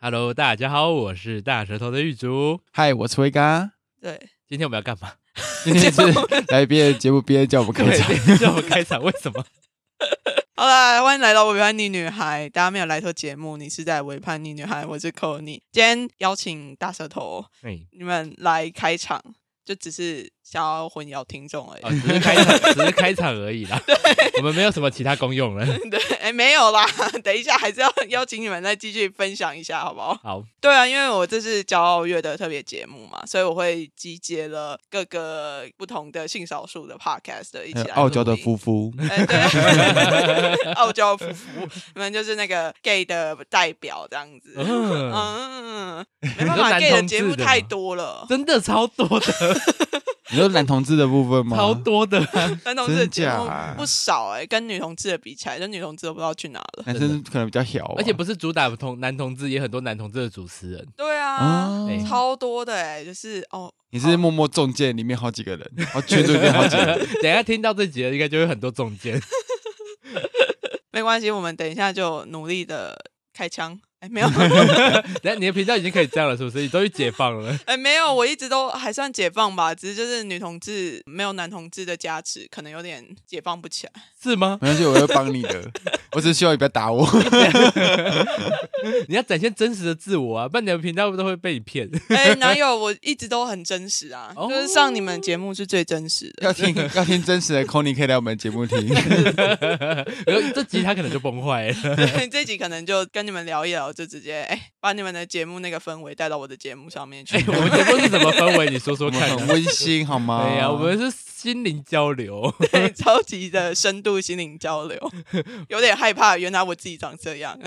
Hello， 大家好，我是大舌头的玉竹。 嗨，我是威嘎。 对， 今天我们要干嘛？ 今天是来别的节目，别人叫我们开场， 叫我们开场，为什么？ 好啦，欢迎来到伪叛逆女孩。大家没有来错节目，你是在伪叛逆女孩，我是 Kony。今天邀请大舌头，你们来开场，就只是想要混淆听众而已。 只是开场而已啦。我们没有什么其他功用了。 对，没有啦。等一下还是要邀请你们再继续分享一下，好不好？ 好。 对啊，因为我这是骄傲月的特别节目嘛，所以我会集结了各个不同的性少数的 podcast 一起来。 傲娇的夫妇， 对，傲娇夫妇，你们就是那个 gay 的代表这样子。没办法 ，gay 的节目太多了， 真的超多的。 你说男同志的部分吗？ 超多的、 男同志的节目不少跟女同志的比起来，就女同志都不知道去哪了。 男生可能比较小、 而且不是主打男同志，也很多男同志的主持人。 对啊，超多的就是你是默默中箭里面好几个人，圈里面好几个人。 等一下听到这集应该就会很多中箭。 没关系，我们等一下就努力的开枪。没有， 等下你的频道已经可以这样了，是不是？你终于解放了？ 没有，我一直都还算解放吧，只是就是女同志没有男同志的加持，可能有点解放不起来， 是吗？ 没关系，我会帮你的。我只是希望你不要打我。 你要展现真实的自我啊，不然你的频道都会被你骗。 哪有？我一直都很真实啊，就是上你们节目是最真实的。 要听真实的 Kony 可以来我们节目听。 这集他可能就崩坏了。 对，这集可能就跟你们聊一聊，就直接把你们的节目那个氛围带到我的节目上面去。 我们节目是什么氛围？你说说看。 很温馨好吗？ 对呀，我们是心灵交流， 对，超级的深度心灵交流。有点害怕，原来我自己长这样。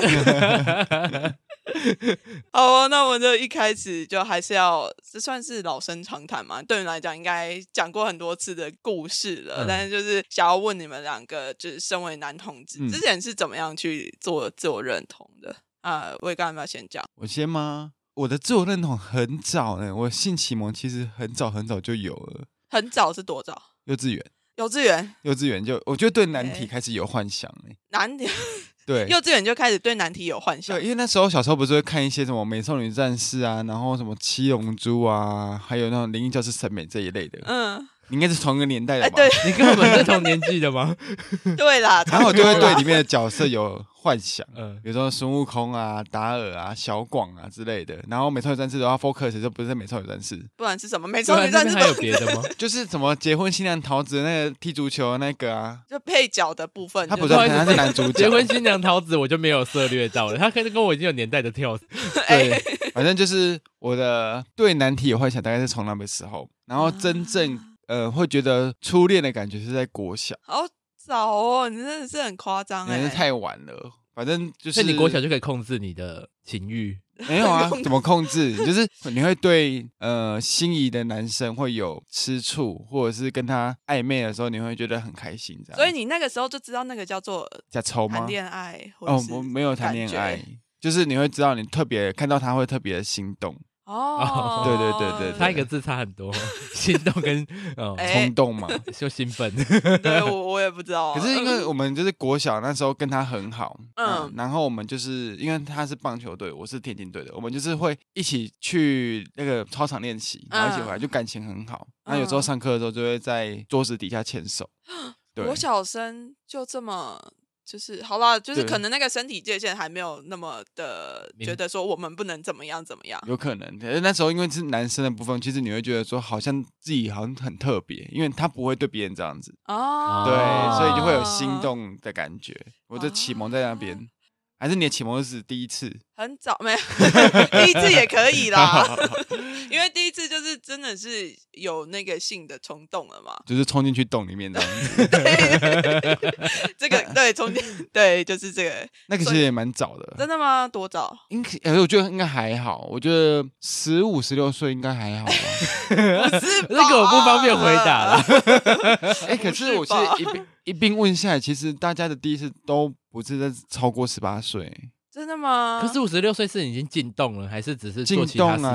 好，那我就一开始就还是要，这算是老生常谈嘛？对你来讲，应该讲过很多次的故事了。但是就是想要问你们两个，就是身为男同志，之前是怎么样去做自我认同的？我也刚才要先讲， 我先吗？我的自我认同很早呢，我性启蒙其实很早就有了。 很早是多早？ 幼稚园就我就对难题开始有幻想难题。 对， 幼稚园就开始对难题有幻想。 对，因为那时候小时候不是会看一些什么美少女战士啊，然后什么七龙珠啊，还有那种灵异教师审美这一类的。你应该是同一个年代的吧？ 对， 你跟我们是同年纪的吗？ 对啦， 然后我就会对里面的角色有幻想，比如说孙悟空啊、达尔啊、小广啊之类的。然后美少女战士的话 ，focus 就不是美少女战士， 不然是什么？美少女战士还有别的吗？ 就是什么结婚新娘桃子那个踢足球的那个啊， 就配角的部分。 他不是，他是男主角。 结婚新娘桃子我就没有涉略到了，他可能跟我已经有年代的跳。 对，反正就是我的对难题有幻想，大概是从那个时候，然后真正。会觉得初恋的感觉是在国小， 好早哦，你真的是很夸张真是太晚了。反正就是， 所以你国小就可以控制你的情欲？ 没有啊，怎么控制？就是你会对心仪的男生会有吃醋，或者是跟他暧昧的时候，你会觉得很开心，这样。 所以你那个时候就知道那个叫做谈恋爱， 我没有谈恋爱，就是你会知道你特别看到他会特别的心动。对， 差一个字差很多，心动跟冲动嘛， 就兴奋。 对，我也不知道。 可是因为我们就是国小那时候跟他很好，然后我们就是因为他是棒球队，我是田径队的，我们就是会一起去那个操场练习，然后一起回来，就感情很好。那有时候上课的时候就会在桌子底下牵手。 国小生就这么。就是好啦，就是可能那个身体界限还没有那么的觉得说我们不能怎么样，有可能。可是那时候因为是男生的部分，其实你会觉得说好像自己好像很特别，因为他不会对别人这样子对，所以就会有心动的感觉。我的启蒙在那边。还是你的启蒙是第一次？ 很早没有，第一次也可以啦。因为第一次就是真的是有那个性的冲动了嘛， 就是冲进去洞里面这样子。 这个对冲进对就是这个， 那个其实也蛮早的。 真的吗？多早？ 我觉得应该还好，我觉得15、16岁应该还好吧。 不是， 这个我不方便回答了。 可是我其实一并问下来，其实大家的第一次都不是在超过18岁。 真的吗？ 可是15、16岁是已经进洞了，还是只是做其他事情？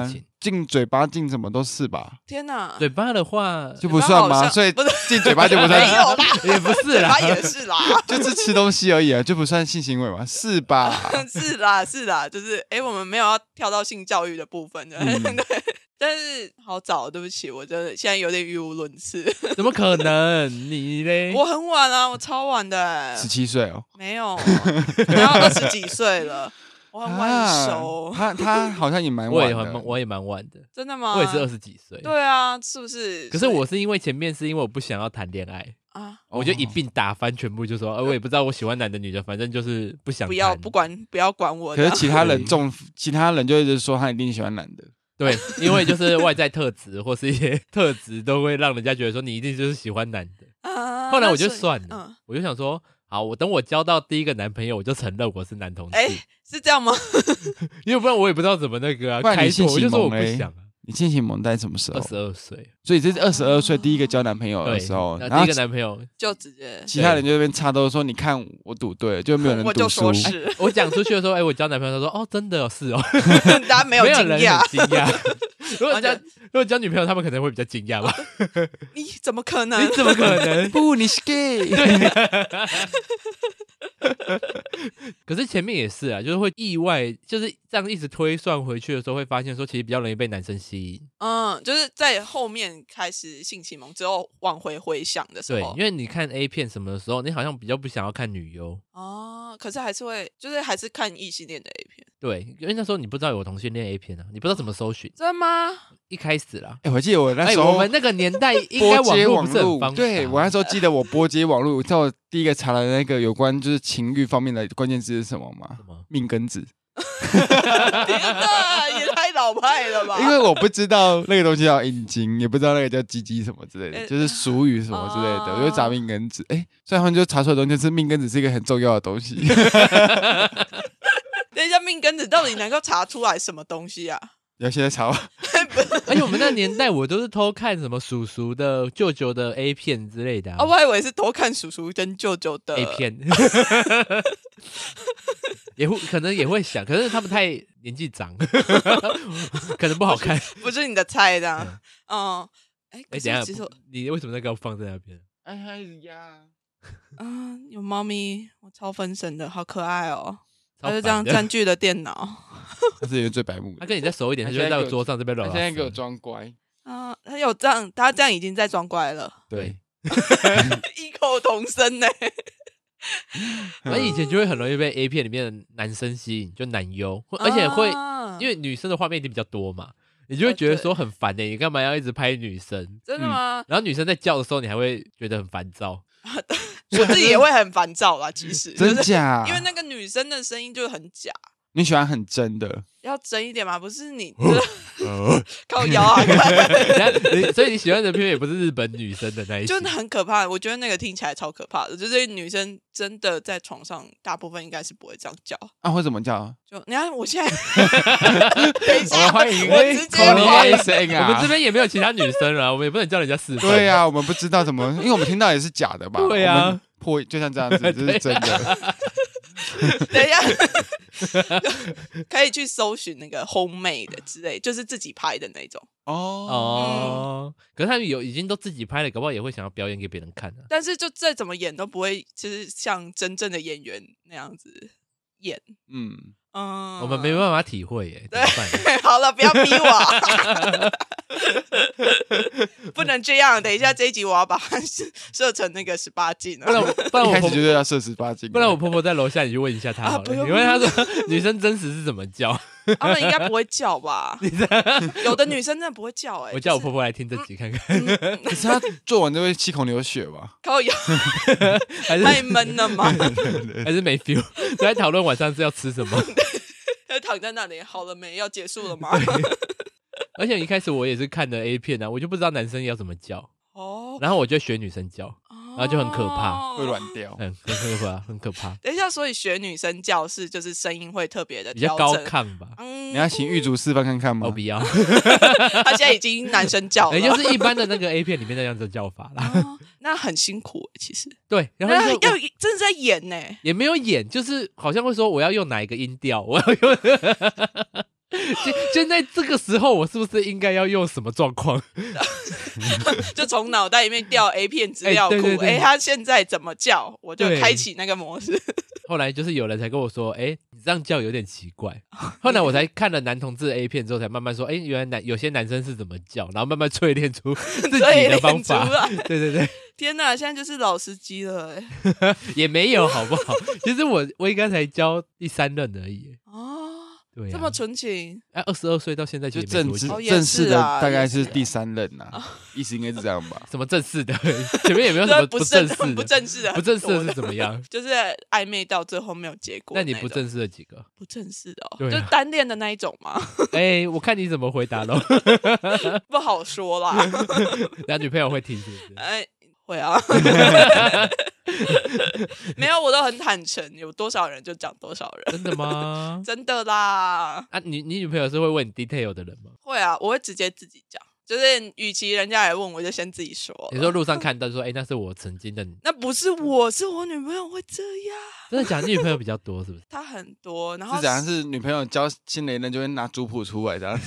进嘴巴进什么都是吧？ 天哪， 嘴巴的话就不算吗？所以进嘴巴就不算， 没有啦， 也不是啦， 嘴巴也是啦， 就是吃东西而已啊，就不算性行为嘛？是吧？ 是啦，是啦，就是我们没有要跳到性教育的部分的，对。但是好早，对不起，我真的现在有点语无伦次。 怎么可能？你嘞？ 我很晚啊，我超晚的 ，17岁哦， 没有，然后20几岁了，我很晚熟。 他好像也蛮晚的， 我也蛮晚的， 真的吗？ 我也是20几岁。 对啊，是不是？ 可是我是因为前面是因为我不想要谈恋爱啊，我就一并打翻全部，就说，我也不知道我喜欢男的女的，反正就是不想谈， 不要管我。 可是其他人就一直说他一定喜欢男的。 对，因为就是外在特质或是一些特质都会让人家觉得说你一定就是喜欢男的。后来我就算了，我就想说，好，等我交到第一个男朋友，我就承认我是男同志。 是这样吗？ 因为不然我也不知道怎么那个开拓，我就说我不想啊。 你性启蒙在什么时候 ？22岁， 所以这是22岁第一个交男朋友的时候， 然后第一个男朋友就直接， 其他人就在那边插都说，你看我赌对了，就没有人赌输。 我讲出去的时候，我交男朋友，他说哦，真的是哦， 大家没有惊讶。如果交女朋友，他们可能会比较惊讶吧。 你怎么可能？ 你怎么可能？ 不，你是 gay。 可是前面也是啊，就是会意外，就是这样一直推算回去的时候，会发现说其实比较容易被男生吸引。 就是在后面开始性启蒙之后往回想的时候， 对，因为你看 A 片什么的时候，你好像比较不想要看女优可是还是会，就是还是看异性恋的 A 片。 对，因为那时候你不知道有同性恋 A 片啊，你不知道怎么搜寻。 真的吗？ 一开始啦， 我记得我那时候， 我们那个年代应该网络不是很方便。 对，我那时候记得我拨接网络，你知道我第一个查的那个有关就是情欲方面的关键字是什么吗？ 什么？ 命根子。 天哪，也太老派了吧！ 因为我不知道那个东西叫阴茎，也不知道那个叫鸡鸡什么之类的，就是俗语什么之类的，我就查命根子。所以他们就查出来的东西就是命根子是一个很重要的东西。 等一下，命根子到底能够查出来什么东西啊？ 你要现在查吗？ 而且我们那年代，我都是偷看什么叔叔的、舅舅的 A 片之类的啊。 我还以为是偷看叔叔跟舅舅的 A 片，可能也会想，可是他们太年纪长，可能不好看， 不是你的菜这样。 等一下，你为什么那个要放在那边？ 有猫咪，我超分神的，好可爱哦。他就这样占据了电脑。 他是最白目。 他跟你再熟一点，他就会在我桌上这边绕。 他现在给我装乖。 他有这样，他这样已经在装乖了。 对， 异口同声呢。 我以前就会很容易被 A 片里面的男生吸引，就男优，而且会因为女生的画面一定比较多嘛，你就会觉得说很烦你干嘛要一直拍女生？ 真的吗？ 然后女生在叫的时候，你还会觉得很烦躁。 我自己也会很烦躁啦，其实真假？ 因为那个女生的声音就很假。 你喜欢很真的？ 要真一点嘛，不是你靠腰啊！ 所以你喜欢的片也不是日本女生的那一种， 就很可怕。我觉得那个听起来超可怕的，就是女生真的在床上，大部分应该是不会这样叫啊。会怎么叫？ 就你看，我现在等一下， 欢迎我直接我们这边也没有其他女生了，我们也不能叫人家示范。 对啊，我们不知道怎么，因为我们听到也是假的吧？ 对啊， 破就像这样子，这是真的。 等一下，可以去搜寻那个 homemade 之类，就是自己拍的那种。 可是他们已经都自己拍了，搞不好也会想要表演给别人看啊。 但是就再怎么演都不会，就是像真正的演员那样子演。 我们没办法体会耶。 对，好了，不要逼我。不能这样，等一下这一集我要把它设成那个18禁了。 不然我一开始就是要设18禁。 不然我婆婆在楼下，你去问一下她好了。你问她说女生真实是怎么叫？ 他们应该不会叫吧？有的女生真的不会叫我叫我婆婆来听这集看看。 可是她做完就会七孔流血吧？ 靠腰，太闷了吗？ 还是没 feel？ 在讨论晚上是要吃什么？ 躺在那里，好了没？要结束了吗？ 而且一开始我也是看的 A 片啊，我就不知道男生要怎么叫然后我就学女生叫，然后就很可怕， 会软掉， 很可怕。 等一下，所以学女生叫是就是声音会特别的比较高亢吧？ 你要请狱卒示范看看吗？ 我不要， 他现在已经男生叫了， 就是一般的那个 A 片里面那样子的叫法啦。 那很辛苦其实。 对，然后要真的在演呢， 也没有演，就是好像会说我要用哪一个音调，我要用。 现在这个时候，我是不是应该要用什么状况？ 就从脑袋里面调 A 片资料库，他现在怎么叫，我就开启那个模式。 后来就是有人才跟我说，你这样叫有点奇怪。后来我才看了男同志 A 片之后，才慢慢说，原来有些男生是怎么叫，然后慢慢淬炼出自己的方法。对对对， 天哪，现在就是老司机了也没有好不好？其实我应该才教第3任而已。对、 这么纯情 ，22岁到现在就正式的大概是第3任意思应该是这样吧？ 什么正式的？前面也没有什么不正式的， 不正式的， 不正式的是怎么样？ 就是暧昧到最后没有结果。 那你不正式的几个？ 不正式的就是单恋的那一种吗？ 我看你怎么回答咯。 不好说啦。 那女朋友会听是不是？ 会啊。没有，我都很坦诚，有多少人就讲多少人。 真的吗？ 真的啦。 你女朋友是会问你 detail 的人吗？ 会啊，我会直接自己讲。就是与其人家来问，我就先自己说。 你说路上看到说，那是我曾经的你， 那不是我，是我女朋友会这样。 真的假的？你女朋友比较多是不是？ 她很多，然后是怎样？是女朋友交新雷人就会拿族谱出来这样子。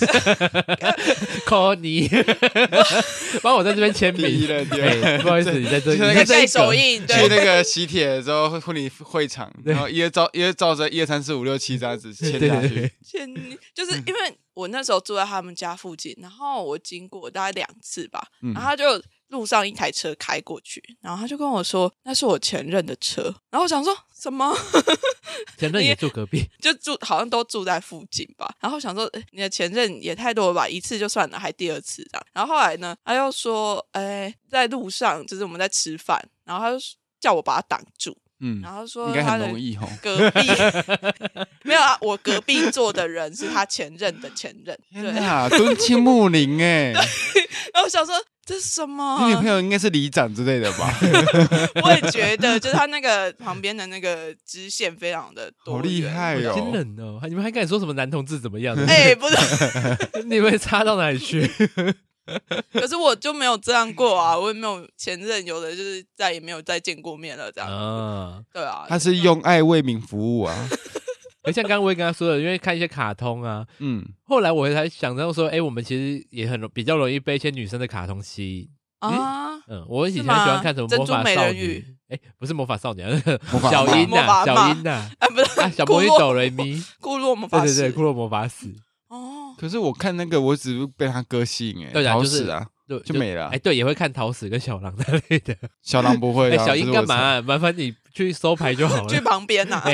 call 你，帮我在这边签名了。对，不好意思，你在这里， 你在盖手印。 去那个喜帖之后，婚礼会场，然后照着1、2、3、4、5、6、7这样子签下去。 就是因为我那时候住在他们家附近，然后我经过大概2次吧，然后他就路上一台车开过去，然后他就跟我说那是我前任的车，然后我想说什么？ 前任也住隔壁， 就好像都住在附近吧。然后想说你的前任也太多了吧，一次就算了，还第2次这样。然后后来呢，他又说在路上就是我们在吃饭，然后他就叫我把他挡住。然后说应该很容易隔壁没有啊，我隔壁坐的人是他前任的前任。 天哪，敦亲睦邻然后我想说这是什么？ 你女朋友应该是里长之类的吧？ 我也觉得，就是他那个旁边的那个支线非常的多， 好厉害哦， 惊人哦！你们还敢说什么男同志怎么样？ 不是， 你们差到哪里去？ 可是我就没有这样过啊，我也没有前任，有的就是再也没有再见过面了这样。对啊， 他是用爱为民服务啊。 像刚刚我也跟他说了，因为看一些卡通啊，后来我才想到说，我们其实也比较容易被一些女生的卡通吸引啊。我以前喜欢看什么魔法少女，不是魔法少女，小樱呐，不是小魔女哆瑞咪， 库洛魔法使， 对，库洛魔法使。 可是我看那个，我只是被他歌吸引桃矢啊，就没了。 对，也会看桃矢跟小狼那类的。 小狼不会， 小樱干嘛？麻烦你去收牌就好了， 去旁边呐。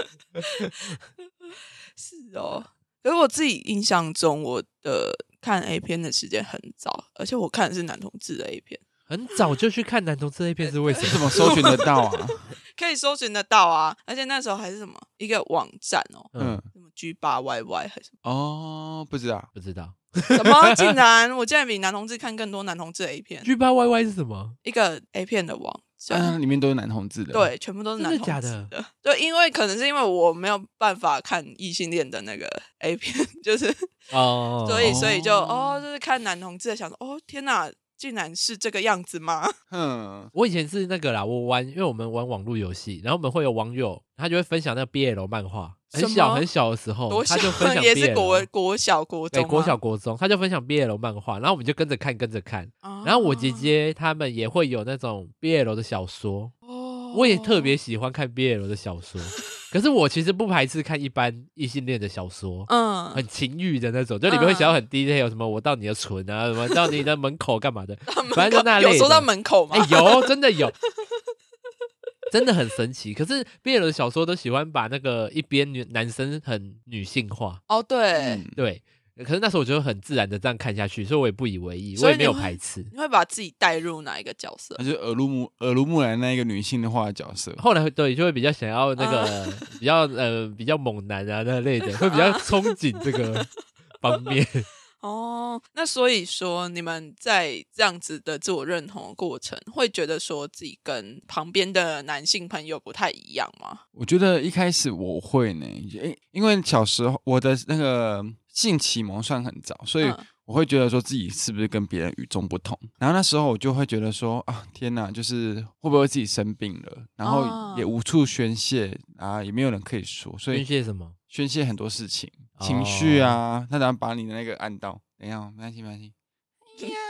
是哦，可是我自己印象中，我的看 A 片的时间很早，而且我看的是男同志的 A 片。 很早就去看男同志 A 片是为什么？ 怎么搜寻得到啊？ 可以搜寻得到啊，而且那时候还是什么一个网站什么 G8YY 还是什么？ 不知道。 什么？竟然我竟然比男同志看更多男同志的 A 片。 G8YY 是什么？ 一个 A 片的网站， 里面都是男同志的。 对，全部都是男同志的。 真的假的？ 对，因为可能是因为我没有办法看异性恋的那个 A 片，就是所以就就是看男同志的，想说天哪。竟然是这个样子吗？ 我以前是那个啦，因为我们玩网络游戏，然后我们会有网友，他就会分享那个 BL 漫画，很小的时候，他就分享 BL， 也是国小国中， 对，国小国中，他就分享 BL 漫画，然后我们就跟着看，然后我姐姐他们也会有那种 BL 的小说，我也特别喜欢看 BL 的小说。可是我其实不排斥看一般异性恋的小说，很情欲的那种，就里面会写到很 detail，什么我到你的唇啊，什么到你的门口干嘛的，反正就那类的。 有说到门口吗？ 有，真的有，真的很神奇。可是 BL 的小说都喜欢把那个一边男生很女性化， 对， 对。可是那时候我就很自然的这样看下去，所以我也不以为意，我也没有排斥。 你会把自己带入哪一个角色？ 那就耳濡目染那一个女性化的角色。 后来对，就会比较想要那个比较猛男啊那类的，会比较憧憬这个方面。 那所以说你们在这样子的自我认同的过程，会觉得说自己跟旁边的男性朋友不太一样吗？ 我觉得一开始我会呢，因为小时候我的那个性启蒙算很早，所以我会觉得说自己是不是跟别人与众不同。然后那时候我就会觉得说天哪，就是会不会自己生病了，然后也无处宣泄啊，也没有人可以说，所以宣泄什么？ 宣泄很多事情， 情绪啊，他想把你的那个按到。等一下，没关系。哎呀，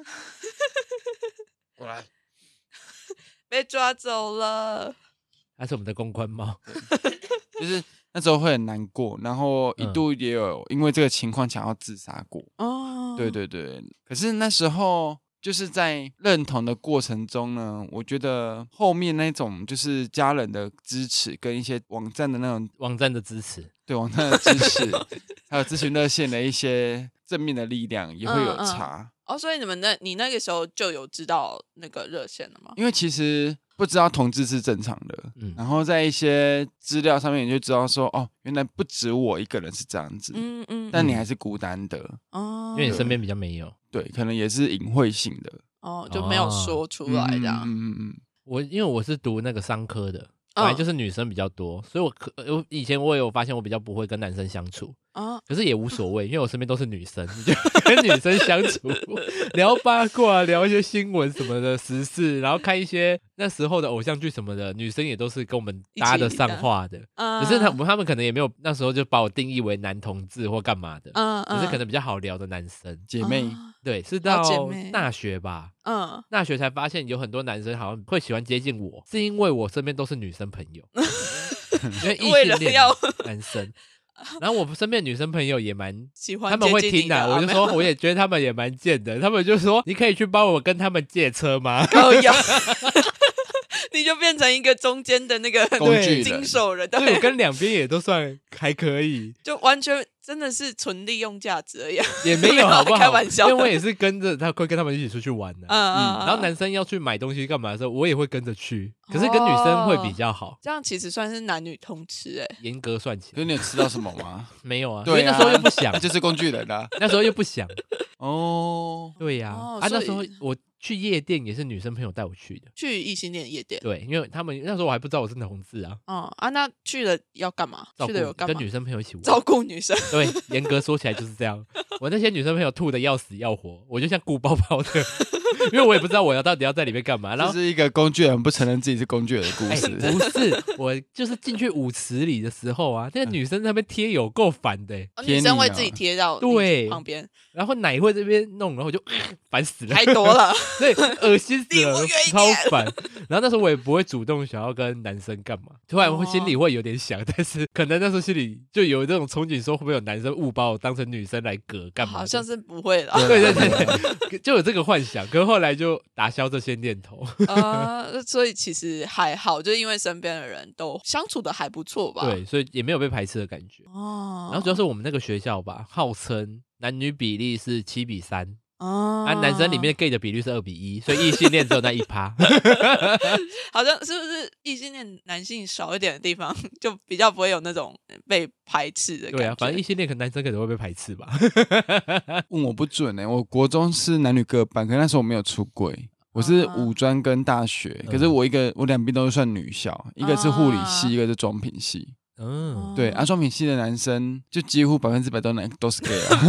过来， 被抓走了。 他是我们的公关猫， 就是那时候会很难过，然后一度也有因为这个情况想要自杀过。对，可是那时候就是在认同的过程中呢，我觉得后面那种就是家人的支持跟一些网站的那种网站的支持， 对网站的支持，还有咨询热线的一些正面的力量也会有差。 所以你那个时候就有知道那个热线了吗？ 因为其实不知道同志是正常的，然后在一些资料上面你就知道说，原来不止我一个人是这样子，但你还是孤单的， 因为你身边比较没有， 对，可能也是隐晦性的， 就没有说出来这样。 因为我是读那个商科的，本来就是女生比较多，所以我以前我也有发现我比较不会跟男生相处。可是也无所谓，因为我身边都是女生，你就跟女生相处，聊八卦，聊一些新闻什么的时事，然后看一些那时候的偶像剧什么的，女生也都是跟我们搭得上话的。可是他们可能也没有那时候就把我定义为男同志或干嘛的，只是可能比较好聊的男生姐妹。 对，是到大学吧，大学才发现有很多男生好像会喜欢接近我，是因为我身边都是女生朋友，因为异性恋男生。然后我身边的女生朋友也蛮喜欢， 他们会听的，我就说我也觉得他们也蛮贱的，他们就说你可以去帮我跟他们借车吗？ 可以。你就变成一个中间的那个工具人经手人， 对，我跟两边也都算还可以， 就完全真的是纯利用价值而已， 也没有好不好？ 开玩笑， 因为我也是会跟他们一起出去玩的，然后男生要去买东西干嘛的时候，我也会跟着去，可是跟女生会比较好。 这样其实算是男女通吃严格算起来。 可是你有吃到什么吗？ 没有啊， 对啊， 因为那时候又不想， 那就是工具人啊， 那时候又不想。 对呀，那时候我去夜店也是女生朋友带我去的， 去异性恋夜店。 对，因为他们那时候我还不知道我是同志啊。 那去了要干嘛？去了有干嘛？ 跟女生朋友一起玩， 照顾女生。 对，严格说起来就是这样。我那些女生朋友吐的要死要活，我就像鼓包包的，因为我也不知道我到底要在里面干嘛。然后这是一个工具人不承认自己是工具人的故事。 不是，我就是进去舞池里的时候啊，那个女生在那边贴有够烦的， 女生会自己贴到对旁边， 然后奶会这边弄，然后我就烦死了， 太多了， 对，恶心死了，超烦。然后那时候我也不会主动想要跟男生干嘛，突然心里会有点想，但是可能那时候心里就有这种憧憬，说会不会有男生误把我当成女生来割干嘛？ 好像是不会啦， 对，就有这个幻想，可是后来就打消这些念头。 所以其实还好，就因为身边的人都相处的还不错吧， 对，所以也没有被排斥的感觉。然后主要是我们那个学校吧，号称男女比例是7:3。男生里面 gay 的比率是2:1，所以异性恋只有那1%。 好像是不是异性恋男性少一点的地方，就比较不会有那种被排斥的感觉？ 对啊，反正异性恋男生可能会被排斥吧。 问我不准我国中是男女各半，可是那时候我没有出柜。我是五专跟大学，可是我两边都是算女校，一个是护理系，一个是妆品系。对，妆品系的男生就几乎100%都是 gay 啊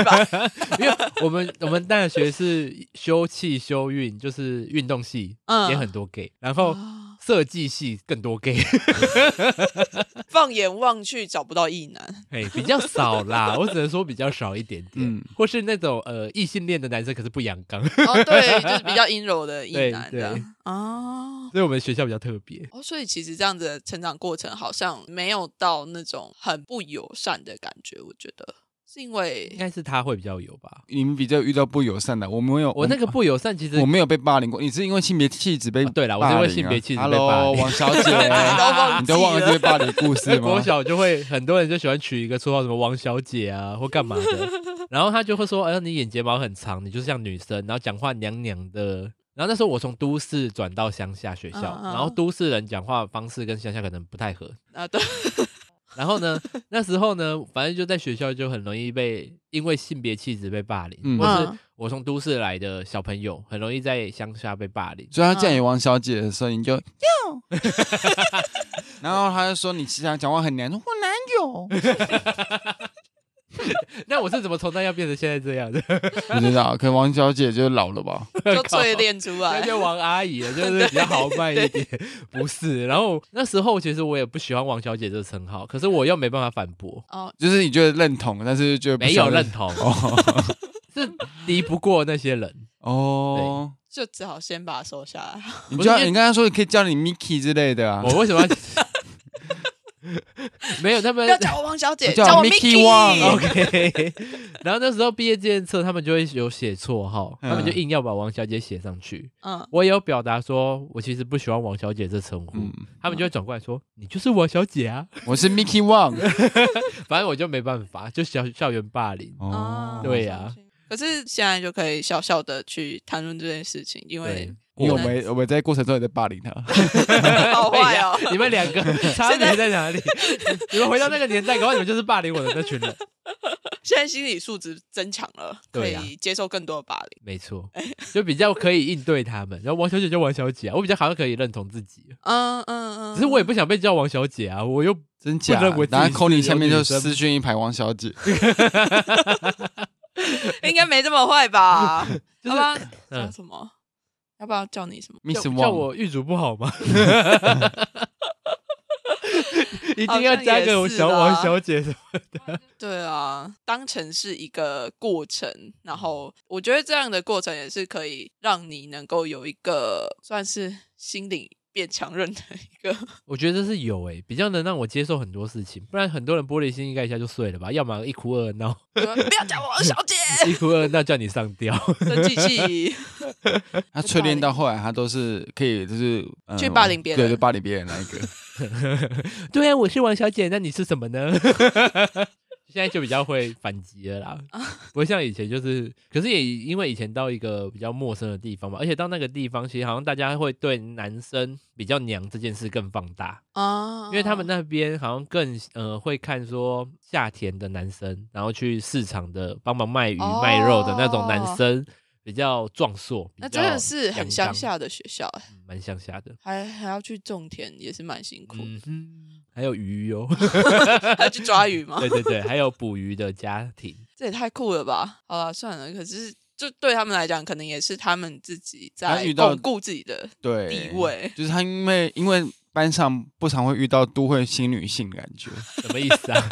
，100%。 因为我们大学是修气修运，就是运动系，也很多 gay，然后设计系更多 gay。 放眼望去找不到异男， 比较少啦，我只能说比较少一点点，或是那种异性恋的男生可是不阳刚。 对，就是比较阴柔的异男这样。 所以我们学校比较特别。 所以其实这样子的成长过程好像没有到那种很不友善的感觉，我觉得是因为应该是他会比较有吧。 你们比较遇到不友善的，我没有。 我那个不友善其实我没有被霸凌过，你是因为性别气质被对啦，我是因为性别气质被霸凌。 Hello， 王小姐，你都忘了这些霸凌故事吗？ 国小就会很多人就喜欢取一个绰号，什么王小姐啊，或干嘛的，然后他就会说，你眼睫毛很长，你就像女生，然后讲话娘娘的。然后那时候我从都市转到乡下学校，然后都市人讲话方式跟乡下可能不太合对。 然后呢，那时候呢，反正就在学校就很容易因为性别气质被霸凌，或是我从都市来的小朋友很容易在乡下被霸凌。 所以他叫你王小姐的时候，你就然后他就说你其实讲话很娘，说我哪有？ 那我是怎么从那样变成现在这样的？ 不知道，可能王小姐就老了吧， 就淬炼出来， 那就王阿姨了，就是比较豪迈一点。不是，然后那时候其实我也不喜欢王小姐这个称号，可是我又没办法反驳。 就是你觉得认同，但是就没有认同，是敌不过那些人哦。 就只好先把它收下来。 你刚刚说你可以叫你 Miki 之类的啊， 我为什么要？没有，他们不要叫我王小姐， 叫我 Miki Wang。OK。然后那时候毕业纪念册他们就会有写绰号，他们就硬要把王小姐写上去。我也有表达说我其实不喜欢王小姐这称呼，他们就会转过来说你就是王小姐啊， 我是 Miki Wang。 反正我就没办法，就校园霸凌。对呀。 可是现在就可以小小的去谈论这件事情，因为我们在过程中也在霸凌他。 好坏哦！ 你们两个差别在哪里？你们回到那个年代，搞不好你们就是霸凌我的那群人。 现在心理素质增强了，可以接受更多的霸凌。 没错，就比较可以应对他们。然后王小姐就王小姐啊，我比较好像可以认同自己。只是我也不想被叫王小姐啊，我又真假？然后 Connie 下面就私讯一排王小姐。 应该没这么坏吧？要不要叫什么？要不要叫你什么？ 叫我玉主不好吗？一定要加个王小姐什么的。 对啊，当成是一个过程，然后我觉得这样的过程也是可以让你能够有一个算是心理变强韧的一个。 我觉得是有比较能让我接受很多事情，不然很多人玻璃心应该一下就碎了吧，要么一哭二闹。 不要叫我王小姐， 一哭二闹叫你上吊， 生气。 他淬炼到后来，他都是可以就是去霸凌别人， 对，霸凌别人那一个。 对啊，我是王小姐，那你是什么呢？现在就比较会反击了啦，不会像以前就是，可是也因为以前到一个比较陌生的地方嘛，而且到那个地方，其实好像大家会对男生比较娘这件事更放大因为他们那边好像更会看说下田的男生，然后去市场的帮忙卖鱼卖肉的那种男生。比较壮硕， 那真的是很乡下的学校蛮乡下的， 还要去种田，也是蛮辛苦。 还有鱼还要去抓鱼吗？ 对对对，还有捕鱼的家庭， 这也太酷了吧！好了，算了，可是就对他们来讲，可能也是他们自己在巩固自己的地位。 就是他因为班上不常会遇到都会新女性的感觉， 什么意思啊？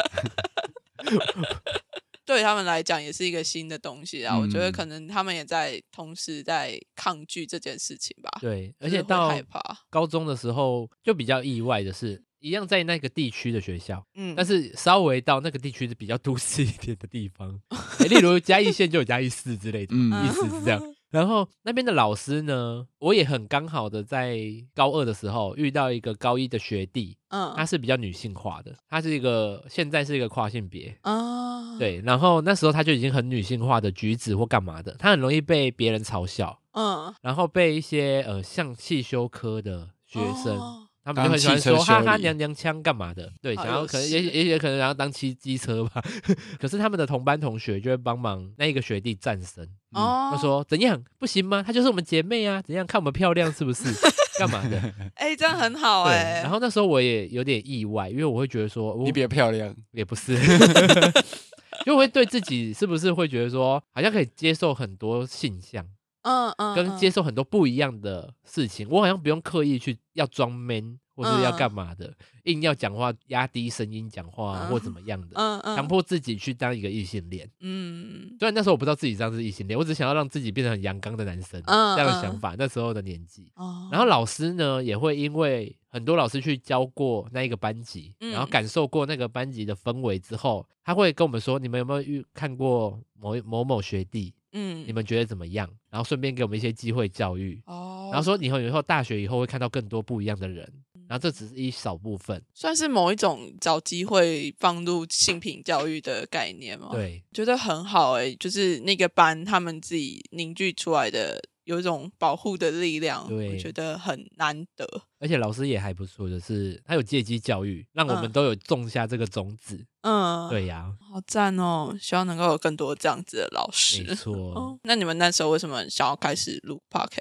对他们来讲也是一个新的东西啊，我觉得可能他们也在同时在抗拒这件事情吧。 对，而且到害怕高中的时候就比较意外的是，一样在那个地区的学校，但是稍微到那个地区是比较都市一点的地方，例如嘉义县就有嘉义市之类的，意思是这样。然后那边的老师呢，我也很刚好的在高二的时候遇到一个高一的学弟，他是比较女性化的，他是现在是一个跨性别对，然后那时候他就已经很女性化的举止或干嘛的，他很容易被别人嘲笑，然后被一些像汽修科的学生。他们就很喜欢说哈哈娘娘腔干嘛的，对，想要可能也可能想要当骑机车吧。可是他们的同班同学就会帮忙那一个学弟站身，他说怎样不行吗？她就是我们姐妹啊，怎样看我们漂亮是不是？干嘛的？ 这样很好然后那时候我也有点意外，因为我会觉得说你比较漂亮， 也不是，就会对自己是不是会觉得说好像可以接受很多性向。跟接受很多不一样的事情，我好像不用刻意去要装 man 或是要干嘛的，硬要讲话压低声音讲话或怎么样的，强迫自己去当一个异性恋。虽然那时候我不知道自己这样是异性恋，我只想要让自己变成很阳刚的男生，这样的想法。那时候的年纪，然后老师呢也会因为很多老师去教过那一个班级，然后感受过那个班级的氛围之后，他会跟我们说，你们有没有看过某某学弟？你们觉得怎么样？然后顺便给我们一些机会教育，然后说以后大学以后会看到更多不一样的人，然后这只是一少部分， 算是某一种找机会放入性平教育的概念吗？ 对， 觉得很好就是那个班他们自己凝聚出来的有一种保护的力量，我觉得很难得。 而且老师也还不错的是，他有借机教育，让我们都有种下这个种子。对呀， 好赞哦！希望能够有更多这样子的老师。 没错。 那你们那时候为什么想要开始录 podcast？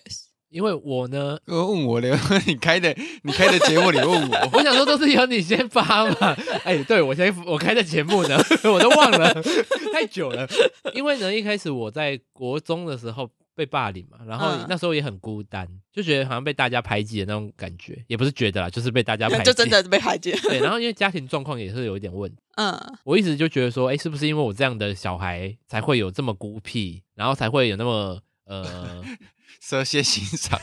因为我呢， 问我的，你开的节目里问我， 我想说都是由你先发嘛。对，我开的节目呢，我都忘了，太久了。因为呢，一开始我在国中的时候被霸凌嘛，然后那时候也很孤单，就觉得好像被大家排挤的那种感觉，也不是觉得啦，就是被大家排挤， 就真的被排挤。 对，然后因为家庭状况也是有一点问题，我一直就觉得说，是不是因为我这样的小孩才会有这么孤僻，然后才会有那么蛇蝎欣赏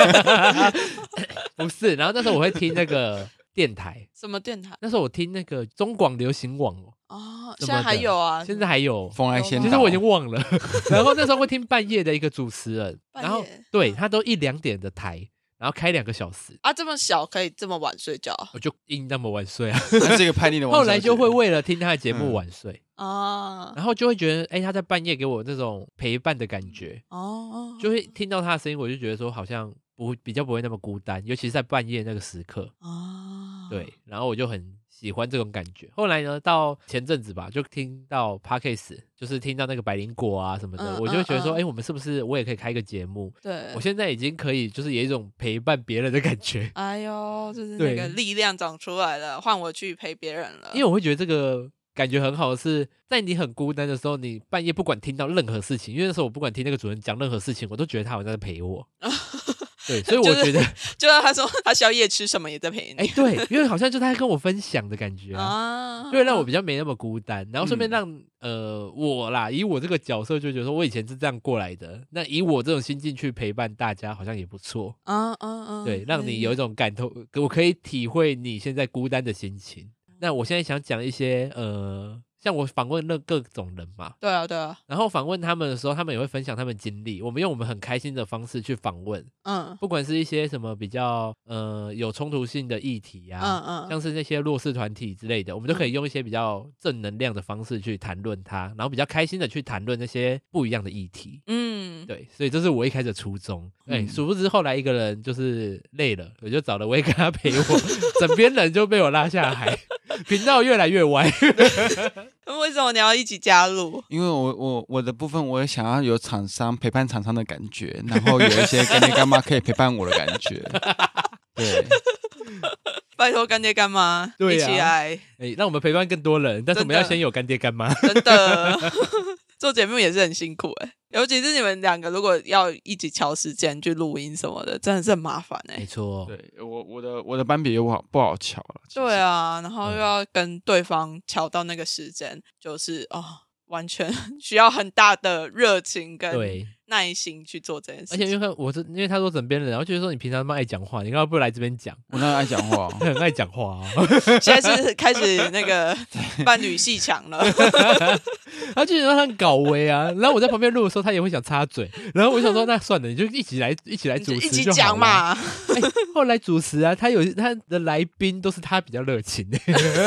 不是，然后那时候我会听那个电台， 什么电台？ 那时候我听那个中广流行网现在还有啊， 现在还有风来先到， 其实我已经忘了。然后那时候会听半夜的一个主持人，然后对他都1-2点的台，然后开2个小时啊，这么小可以这么晚睡觉？ 我就硬那么晚睡啊， 他是一个叛逆的。 后来就会为了听他的节目晚睡然后就会觉得他在半夜给我那种陪伴的感觉就会听到他的声音，我就觉得说好像比较不会那么孤单，尤其是在半夜那个时刻对，然后我就很喜欢这种感觉。后来呢，到前阵子吧，就听到 Podcast， 就是听到那个百灵果啊什么的，我就觉得说，我们是不是我也可以开一个节目？对，我现在已经可以，就是有一种陪伴别人的感觉。 哎呦，就是那个力量长出来了，换我去陪别人了。 因为我会觉得这个感觉很好的是，在你很孤单的时候，你半夜不管听到任何事情，因为那时候我不管听那个主人讲任何事情，我都觉得他好像在陪我。对，所以我觉得， 就是他说他宵夜吃什么也在陪你。 对，因为好像就他在跟我分享的感觉对，让我比较没那么孤单，然后顺便让我啦，以我这个角色就觉得说我以前是这样过来的，那以我这种心境去陪伴大家，好像也不错对，让你有一种感同，我可以体会你现在孤单的心情。那我现在想讲一些像我访问了各种人嘛， 对啊， 然后访问他们的时候，他们也会分享他们经历，我们用我们很开心的方式去访问，不管是一些什么比较有冲突性的议题啊，像是那些弱势团体之类的，我们就可以用一些比较正能量的方式去谈论它，然后比较开心的去谈论那些不一样的议题，对，所以这是我一开始的初衷，殊不知后来一个人就是累了，我就找了威跟他陪我，枕边人就被我拉下海，频道越来越歪。 为什么你要一起加入？ 因为我的部分，我也想要有厂商陪伴厂商的感觉，然后有一些干爹干妈可以陪伴我的感觉。对， 拜托干爹干妈，一起来， 让我们陪伴更多人，但是我们要先有干爹干妈。 真的，做节目也是很辛苦尤其是你们2个如果要一起调时间去录音什么的，真的是很麻烦没错， 对，我的班别又不好调了。 对啊，然后又要跟对方调到那个时间，就是完全需要很大的热情跟耐心去做这件事情。 而且因为他说枕边人，然后就是说你平常那么爱讲话，你干嘛不来这边讲？ 我那爱讲话， 很爱讲话现在是开始那个伴侣戏强了。 他就觉得他很搞威啊，然后我在旁边录的时候，他也会想插嘴，然后我想说那算了，你就一起来主持就好了， 一起讲嘛。 后来主持啊，他的来宾都是他比较热情的。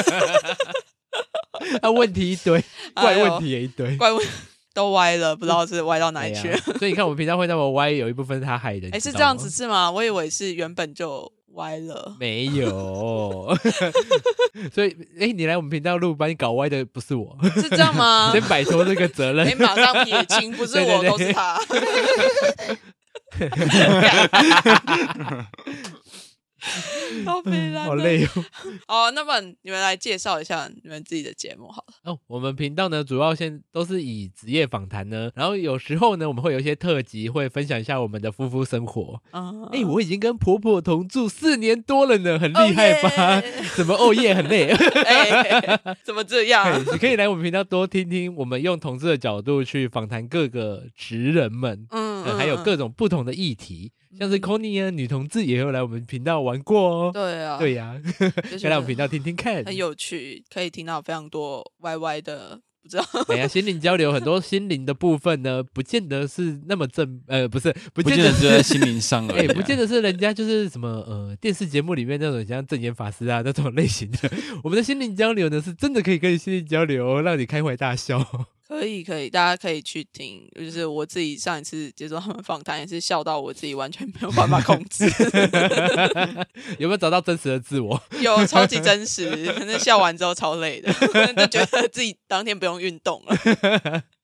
问题一堆，怪问题也一堆， 怪问都歪了，不知道是歪到哪里去所以你看我们频道会那么歪，有一部分是他害的。 是这样子是吗？我以为是原本就歪了。 没有。所以你来我们频道录，把你搞歪的不是我。 是这样吗？ 先摆脱这个责任。 马上撇清，不是我都是他。 好累那么你们来介绍一下你们自己的节目好了。 我们频道呢主要都是以职业访谈呢，然后有时候呢我们会有一些特辑，会分享一下我们的夫妇生活。我已经跟婆婆同住4年多了呢，很厉害吧？怎么很累？ 怎么这样？ 你可以来我们频道多听听，我们用同志的角度去访谈各个职人们，还有各种不同的议题。像是 Connie 啊，女同志也有来我们频道玩过对啊， 可以来我们频道听听看， 很有趣，可以听到非常多歪歪的，不知道。 心灵交流很多心灵的部分呢，不见得是那么不是，不见得只在心灵上而已。 不见得是人家就是什么电视节目里面那种像正言法师啊那种类型的。我们的心灵交流呢，是真的可以跟你心灵交流，让你开怀大笑。 可以，大家可以去听。就是我自己上一次接受他们访谈，也是笑到我自己完全没有办法控制。 有没有找到真实的自我？ 有，超级真实。可能笑完之后超累的，就觉得自己当天不用运动了。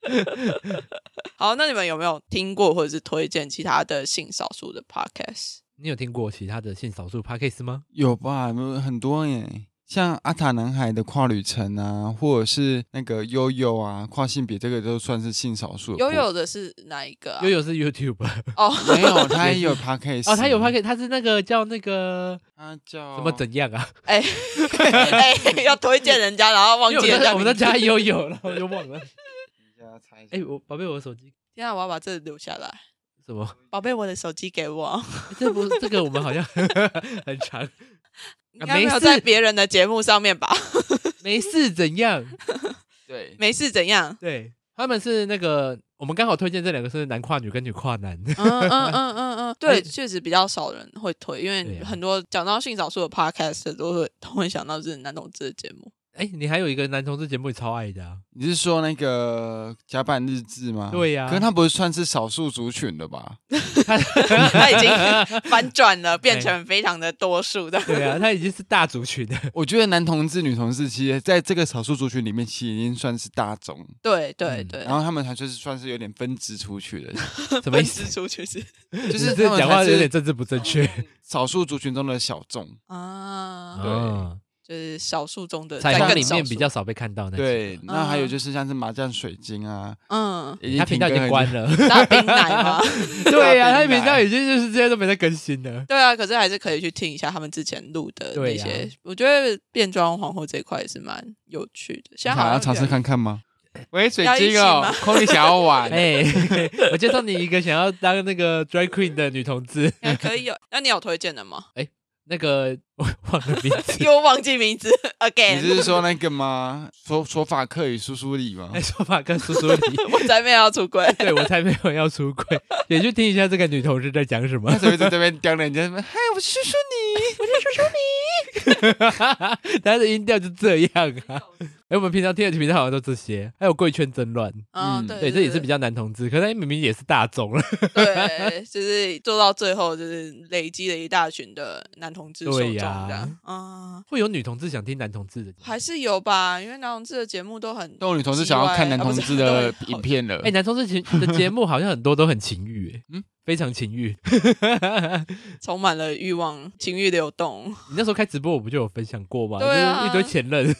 好，那你们有没有听过或者是推荐其他的性少数的 podcast？ 你有听过其他的性少数 podcast 吗？ 有吧，很多耶，像阿塔男孩的跨旅程啊，或者是那个悠悠啊，跨性别，这个都算是性少数。 悠悠的是哪一个、啊？ 悠悠是 YouTube 哦， 没有，他也有 podcast 哦，他有 podcast， 他是那个叫那个他叫什么怎样啊？ 要推荐人家，然后忘记人家， 我们都加悠悠了，我就忘了。我宝贝，我的手机。 天啊，我要把这留下来。 什么？ 宝贝，我的手机给我。 这个我们好像很长。 应该没有在别人的节目上面吧？ 没事怎样？ 对， 没事怎样？ 对，他们是那个，我们刚好推荐这两个是男跨女跟女跨男。 对，确实比较少人会推，因为很多讲到性少数的 podcast 都会想到是男同志的节目。 你还有一个男同志节目你超爱的啊？ 你是说那个甲板日志吗？ 对呀， 可是他不是算是少数族群的吧？ 他已经反转了，变成非常的多数的。 对啊，他已经是大族群了。 我觉得男同志、女同志其实在这个少数族群里面，其实已经算是大众。 对， 然后他们还就是算是有点分支出去的。 什么意思？ 分支出去是？ 就是他们讲话有点政治不正确。 少数族群中的小众啊， 对。 就是少数中的彩虹里面比较少被看到那对，那还有就是像是麻将水晶啊， 他频道已经关了， 他冰奶吗？ 对呀，他频道已经就是这些都没在更新了。 对啊，可是还是可以去听一下他们之前录的那些，我觉得变装皇后这一块也是蛮有趣的。想要尝试看看吗？喂，水晶哦，空你想要玩？ 我介绍你一个想要当那个 drag queen 的女同志， 可以有。那你有推荐的吗？ 那个我忘了名字， 又忘记名字 again。 你是说那个吗？说法克与苏苏里吗？ 说法克苏苏里， 我才没有要出柜。 对，我才没有要出柜，也去听一下这个女同事在讲什么。 他只会在这边刁人家，嗨，我是叔叔你， 我是叔叔你。他的音调就这样啊。我们平常听的频道好像都这些，还有贵圈争乱，对，这也是比较男同志，可是他明明也是大众了。 对，就是做到最后，就是累积了一大群的男同志受众这样。 会有女同志想听男同志的， 还是有吧？因为男同志的节目都很， 都有女同志想要看男同志的影片了。 男同志的节目好像很多都很情欲，非常情欲， 充满了欲望，情欲流动。 你那时候开直播，我不就有分享过吗？ 对啊， 就是一堆前任，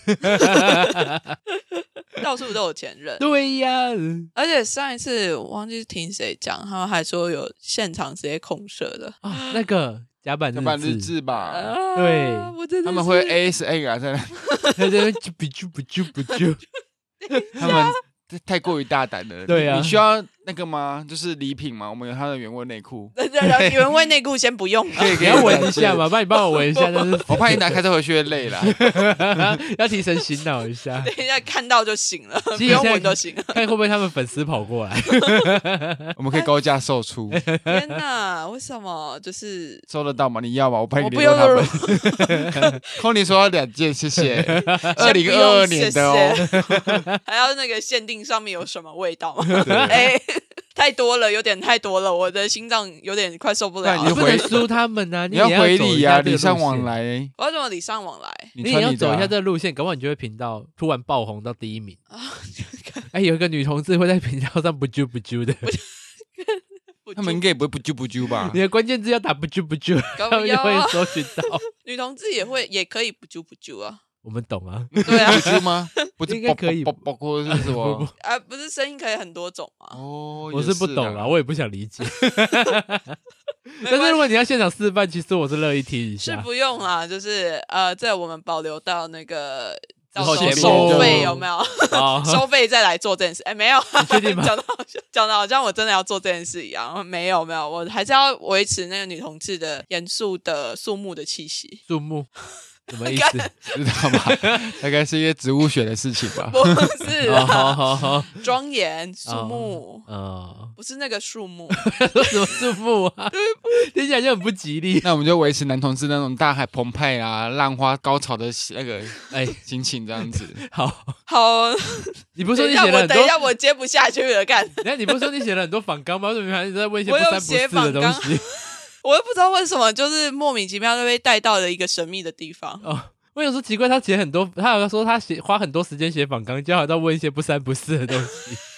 到处都有前任。 对呀， 而且上一次我忘记听谁讲，他们还说有现场直接控射的啊，那个甲板日志吧？ 对， 他们会 ASA 在那边啾， 他们太过于大胆了。 对啊， 你需要那个吗？就是礼品吗？我们有他的原味内裤。 原味内裤先不用， 你要闻一下嘛？帮我闻一下。但是我怕你拿开车回去会累啦。 要提神醒脑一下。 等一下看到就行了，不用闻就行了。 看会不会他们粉丝跑过来？ 我们可以高价售出。 天哪，为什么？就是收得到吗？你要吗？我帮你联络他们。空你说要2件，谢谢。2022年的哦。 还要那个限定上面有什么味道吗？太多了，有点太多了，我的心脏有点快受不了了。 你不能输他们啊！ 你要回礼啊，礼尚往来。 我要怎么礼尚往来？ 你也要走一下这个路线，搞不好你就会频道突然爆红到第1名。有一个女同志会在频道上不啾不啾的。 他们应该也不会不啾吧？ 你的关键字要打不啾，他们就会搜寻到。 女同志也可以不啾啊。 我们懂啊， 对啊， 不啾吗？不应该可以， 包括是什么？ 不是声音可以很多种吗？ 我是不懂啊，我也不想理解。但是如果你要现场示范，其实我是乐意听一下。 是不用啦，就是在我们保留到那个之后收费有没有？收费再来做这件事？没有， 你确定吗？ 讲的好像我真的要做这件事一样。没有，我还是要维持那个女同志的严肃的肃穆的气息。 肃穆。什么意思？ 知道吗？大概是一些植物学的事情吧。 不是啊，庄严肃穆，不是那个树木。 说什么树木啊？听起来就很不吉利。 那我们就维持男同志那种大海澎湃啊、浪花高潮的那个心情这样子。 好， 你不是说你写了很多？ 等一下，我接不下去了，干。 你不是说你写了很多访纲吗？为什么还在问一些不三不四的东西？ 我又不知道为什么，就是莫名其妙就被带到了一个神秘的地方。 我有时候奇怪，他写很多，他好像说他花很多时间写访纲，就好像问一些不三不四的东西。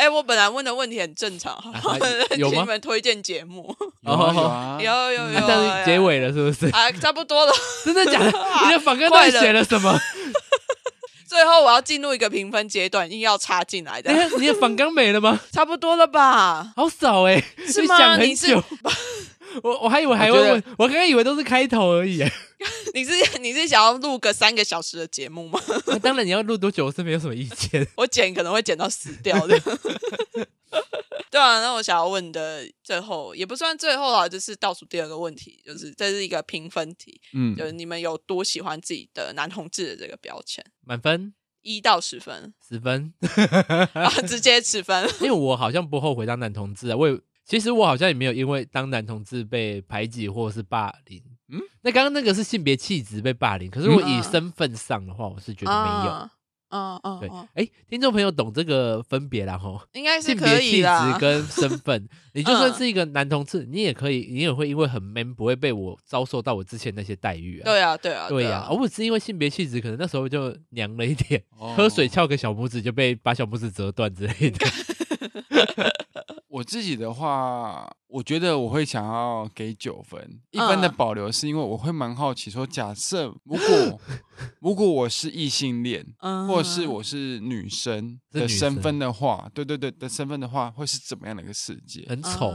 我本来问的问题很正常， 有吗？ 请你们推荐节目。 有啊， 有。 这样结尾了是不是？ 差不多了。 真的假的？你的访纲到底写了什么？ 最后我要进入一个评分阶段，硬要插进来的。 你的访纲没了吗？ 差不多了吧？ 好少是吗？ 想很久。我还以为还会问，我刚刚以为都是开头而已。 你是想要录个3个小时的节目吗？ 当然你要录多久我是没有什么意见。 我剪可能会剪到死掉的。对啊，那我想要问的最后也不算最后啦，就是倒数第2个问题，就是这是一个评分题，就是你们有多喜欢自己的男同志的这个标签？ 满分 1到10分 ，10分直接10分。 因为我好像不后悔当男同志啊，其实我好像也没有因为当男同志被排挤或者是霸凌。那刚刚那个是性别气质被霸凌，可是我以身份上的话，我是觉得没有。对，听众朋友懂这个分别啦吼， 应该是可以啦。 性别气质跟身份，你就算是一个男同志，你也会因为很 man 不会被我遭受到我之前那些待遇啊。 对啊， 我只是因为性别气质，可能那时候就娘了一点，喝水翘个小拇指就被把小拇指折断之类的。 我自己的话，我觉得我会想要给9分，1分的保留是因为我会蛮好奇说，假设如果我是异性恋，或者是我是女生的身份的话，对的身份的话，会是怎么样的一个世界？ 很丑。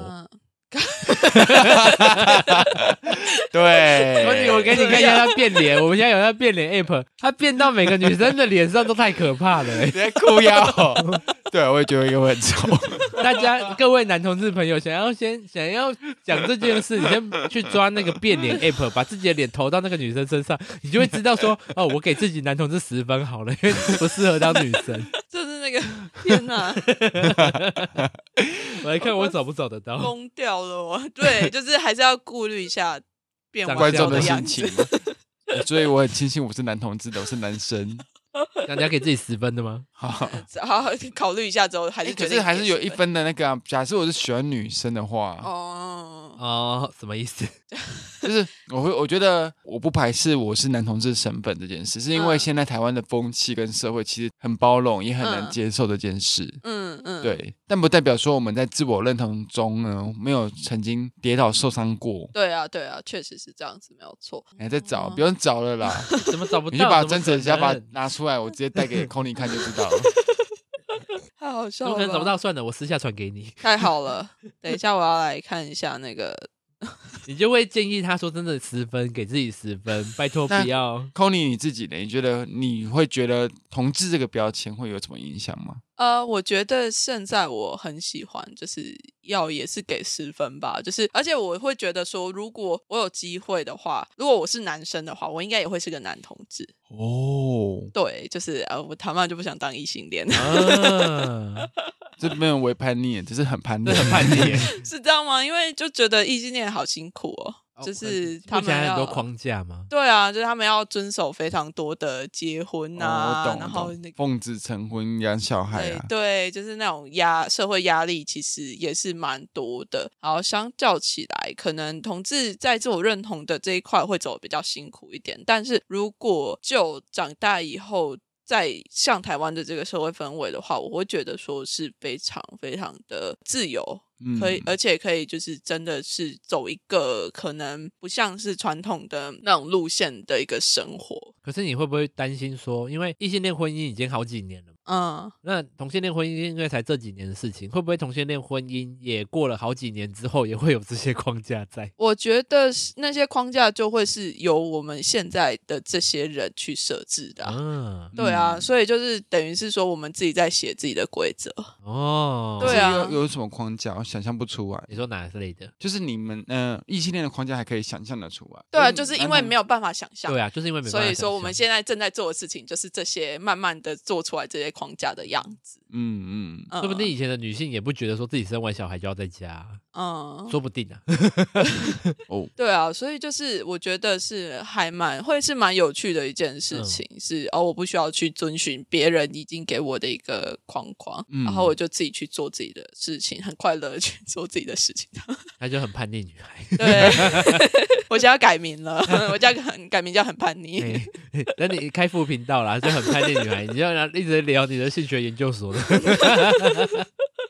对， 我给你看一下他变脸，我们现在有他变脸 app， 他变到每个女生的脸上都太可怕了。 你在哭腰。对，我也觉得又很丑。 各位男同志朋友，想要讲这件事，你先去抓那个变脸 app， 把自己的脸投到那个女生身上，你就会知道说，我给自己男同志10分好了，因为不适合当女生。 就是那个，天哪！ 我来看我找不找得到， 疯掉了我。对，就是还是要顾虑一下变观众的心情。所以我很庆幸我是男同志的，我是男生。 那你要给自己10分的吗？ 好，考虑一下之后还是决定。 可是还是有1分的那个假设我是喜欢女生的话， 什么意思？ 就是我觉得我不排斥我是男同志身份这件事，是因为现在台湾的风气跟社会其实很包容，也很能接受这件事。对，但不代表说我们在自我认同中呢没有曾经跌倒受伤过。 对啊，确实是这样子，没有错。 你还在找，不用找了啦。 怎么找不到？ 你就把真实的想法拿出来，我直接带给 Connie 看就知道了。 太好笑了， 我可能找不到，算了，我私下传给你。 太好了，等一下我要来看一下那个。 你就会建议他说真的10分，给自己10分，拜托不要。 Connie 你自己呢？你会觉得同志这个标签会有什么影响吗？ 我觉得现在我很喜欢，就是也是给10分吧。就是而且我会觉得说，如果我有机会的话，如果我是男生的话，我应该也会是个男同志。对，就是我他妈就不想当异性恋。 这没有为叛逆，只是很叛逆， 很叛逆。 是这样吗？因为就觉得异性恋好辛苦哦。就是他们很多框架吗？ 对啊，就是他们要遵守非常多的结婚啊，然后奉子成婚养小孩啊， 对，就是那种社会压力其实也是蛮多的。然后相较起来，可能同志在自我认同的这一块会走得比较辛苦一点，但是如果就长大以后在像台湾的这个社会氛围的话，我会觉得说是非常非常的自由。而且可以就是真的是走一个可能不像是传统的那种路线的一个生活。 可是你会不会担心说，因为异性恋婚姻已经好几年了，那同性恋婚姻因为才这几年的事情，会不会同性恋婚姻也过了好几年之后也会有这些框架在？ 我觉得那些框架就会是由我们现在的这些人去设置的。对啊，所以就是等于是说我们自己在写自己的规则。对啊， 有什么框架？想象不出来。 你说哪类的？ 就是你们异性恋的框架还可以想象得出来。 对啊，就是因为没有办法想象。 对啊，就是因为没办法想象。 所以说我们现在正在做的事情就是这些慢慢的做出来这些框架的样子。 说不定以前的女性也不觉得说自己生完小孩就要在家。说不定啊。 对啊，所以就是我觉得是会是蛮有趣的一件事情，是我不需要去遵循别人已经给我的一个框框，然后我就自己去做自己的事情，很快乐的去做自己的事情。 她就很叛逆女孩。 对，我现在改名了，我家改名叫很叛逆。 那你开副频道啦，就很叛逆女孩，你就一直聊你的性学研究所的。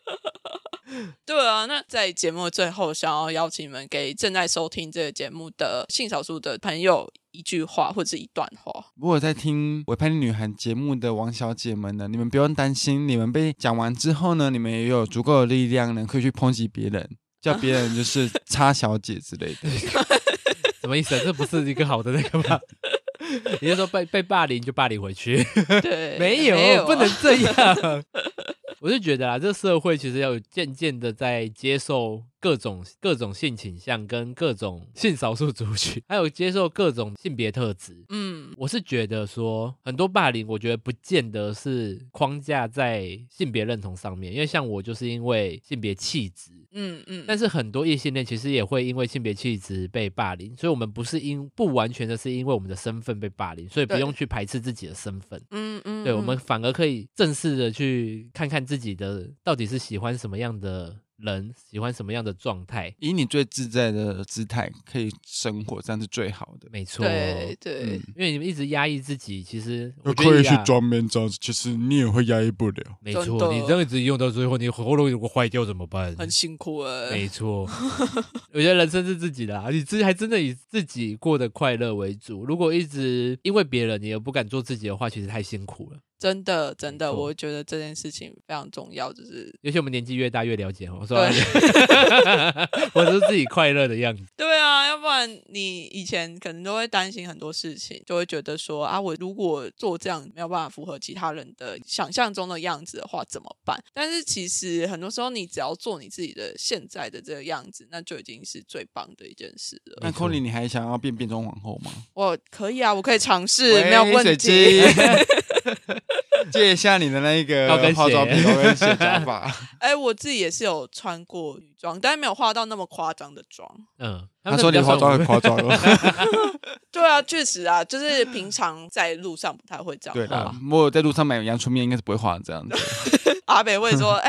在节目的最后，想要邀请你们给正在收听这个节目的性少数的朋友一句话或者是一段话。 如果在听伪叛逆女孩节目的王小姐们呢，你们不用担心，你们被讲完之后呢，你们也有足够的力量呢，可以去抨击别人，叫别人就是叉小姐之类的。 什么意思啊？这不是一个好的那个吗？你就说被霸凌就霸凌回去？ 对， 没有，不能这样。我就觉得啊，这个社会其实要有渐渐的在接受各种性倾向跟各种性少数族群，还有接受各种性别特质。我是觉得说很多霸凌，我觉得不见得是框架在性别认同上面，因为像我就是因为性别气质，但是很多异性恋其实也会因为性别气质被霸凌，所以我们不完全的是因为我们的身份被霸凌，所以不用去排斥自己的身份。对，我们反而可以正式的去看看自己的到底是喜欢什么样的人，喜欢什么样的状态， 以你最自在的姿态可以生活，这样是最好的。 没错， 对， 因为你们一直压抑自己，其实我可以去装 man 这样子，其实你也会压抑不了。 没错，你这样子用到最后，你喉咙如果坏掉怎么办？ 很辛苦没错，我觉得人生是自己的啊，你还真的以自己过得快乐为主。如果一直因为别人你而不敢做自己的话，其实太辛苦了。 真的，我觉得这件事情非常重要，就是尤其我们年纪越大越了解我说我是自己快乐的样子。 对啊，要不然你以前可能都会担心很多事情，就会觉得说啊，我如果做这样没有办法符合其他人的想象中的样子的话怎么办？但是其实很多时候你只要做你自己的现在的这个样子，那就已经是最棒的一件事了。 那 Colin 你还想要变中皇后吗？ 我可以啊，我可以尝试，没有问题。 借一下你的那个化妆品高跟鞋假发。 我自己也是有穿过女装，但是没有化到那么夸张的妆。 他说你化妆很夸张哦。 对啊，确实啊，就是平常在路上不太会这样。 对啦，我在路上买阳春面应该是不会化成这样子。 阿北会说，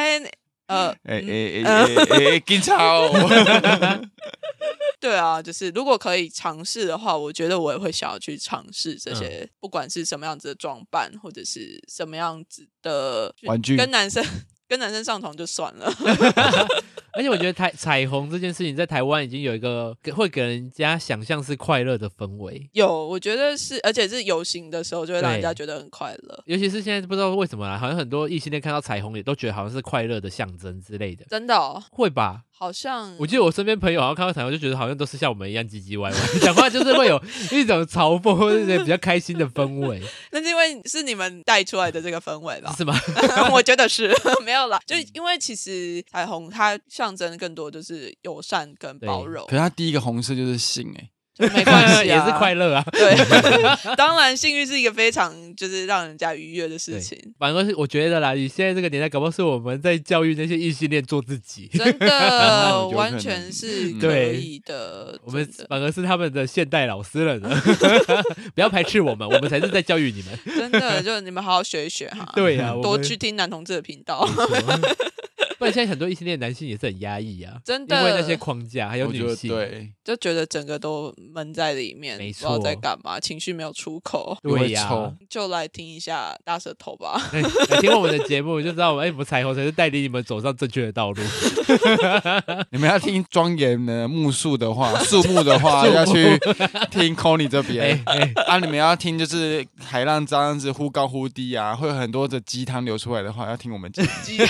警察哦。 对啊，就是如果可以尝试的话，我觉得我也会想要去尝试这些，不管是什么样子的装扮，或者是什么样子的玩具， 跟男生上床就算了。 而且我觉得彩虹这件事情在台湾已经有一个会给人家想象是快乐的氛围。 有，我觉得是，而且是游行的时候就会让人家觉得很快乐。 尤其是现在不知道为什么啦，好像很多异性恋看到彩虹也都觉得好像是快乐的象征之类的。 真的哦？ 会吧？ 好像我记得我身边朋友好像看到彩虹就觉得好像都是像我们一样唧唧歪歪，讲话就是会有一种嘲讽或者比较开心的氛围。 那是因为是你们带出来的这个氛围吧？ 是吗？ 我觉得是没有啦，就因为其实彩虹它象征更多就是友善跟包容。 可是它第一个红色就是性没关系啊， 也是快乐啊。 对，当然性欲是一个非常就是让人家愉悦的事情。 反而是我觉得啦，你现在这个年代，搞不好是我们在教育那些异性恋做自己。 真的，完全是可以的。 我们反而是他们的现代老师了呢。不要排斥我们，我们才是在教育你们。 真的，就你们好好学一学哈。 对啊， 多去听男同志的频道。 不然现在很多异性恋男性也是很压抑啊， 真的， 因为那些框架还有女性， 对， 就觉得整个都闷在里面， 没错， 不知道在干嘛，情绪没有出口。 对呀， 就来听一下大舌头吧。 来听我们的节目就知道我们彩虹才是带领你们走上正确的道路。 你们要听庄严的木树的话，树木的话要去听 Connie 这边。你们要听就是海浪这样子忽高忽低啊，会有很多的鸡汤流出来的话，要听我们讲。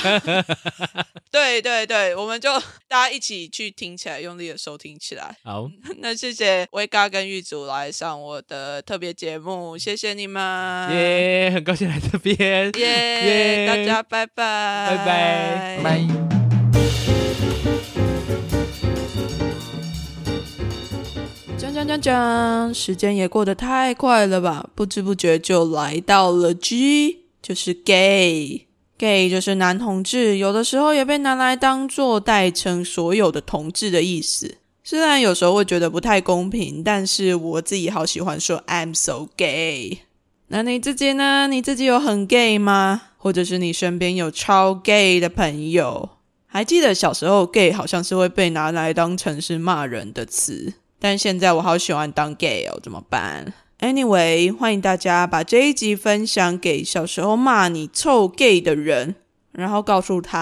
对对对，我们就大家一起去听起来，用力的收听起来。 好， 那谢谢威嘎跟玉竹来上我的特别节目，谢谢你们， 耶，很高兴来这边， 耶，大家拜拜， 拜拜， 拜拜。 讲，时间也过得太快了吧，不知不觉就来到了 G， 就是 gay。gay 就是男同志，有的时候也被拿来当作代称所有的同志的意思。虽然有时候会觉得不太公平，但是我自己好喜欢说 I'm so gay。那你自己呢？你自己有很 gay 吗？或者是你身边有超 gay 的朋友？还记得小时候 gay 好像是会被拿来当成是骂人的词，但现在我好喜欢当 gay 哦，怎么办？Anyway， 欢迎大家把这一集分享给小时候骂你臭 gay 的人，然后告诉他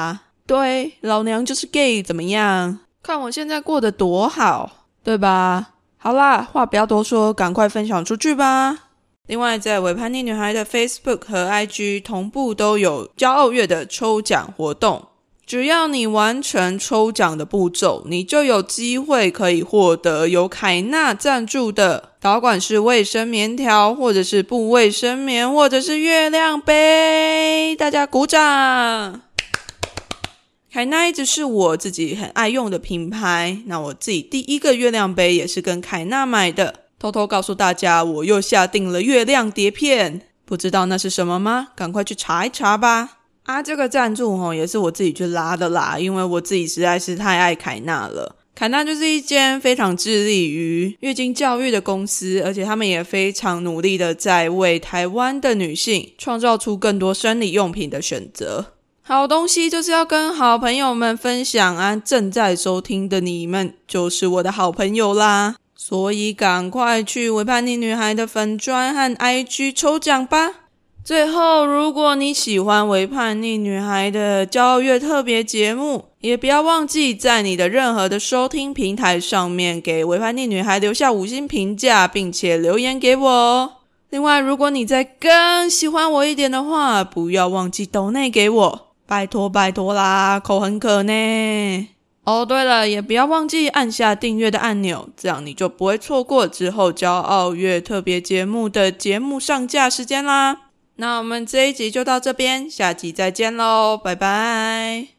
对，老娘就是 gay 怎么样？看我现在过得多好，对吧？好啦，话不要多说，赶快分享出去吧。另外，在伪叛逆女孩的 Facebook 和 IG 同步都有骄傲月的抽奖活动，只要你完成抽奖的步骤，你就有机会可以获得由凯纳赞助的导管式卫生棉条，或者是布卫生棉，或者是月亮杯。大家鼓掌！凯纳一直是我自己很爱用的品牌，那我自己第一个月亮杯也是跟凯纳买的。偷偷告诉大家，我又下定了月亮碟片，不知道那是什么吗？赶快去查一查吧。这个赞助也是我自己去拉的啦，因为我自己实在是太爱凯纳了。凯纳就是一间非常致力于月经教育的公司，而且他们也非常努力的在为台湾的女性创造出更多生理用品的选择。好东西就是要跟好朋友们分享正在收听的你们就是我的好朋友啦，所以赶快去伪叛逆女孩的粉专和 IG 抽奖吧。最后，如果你喜欢伪叛逆女孩的骄傲月特别节目，也不要忘记在你的任何的收听平台上面给伪叛逆女孩留下5星评价，并且留言给我哦。另外，如果你再更喜欢我一点的话，不要忘记抖内给我，拜托拜托啦，口很渴呢。对了，也不要忘记按下订阅的按钮，这样你就不会错过之后骄傲月特别节目的节目上架时间啦。那我们这一集就到这边，下集再见咯，拜拜。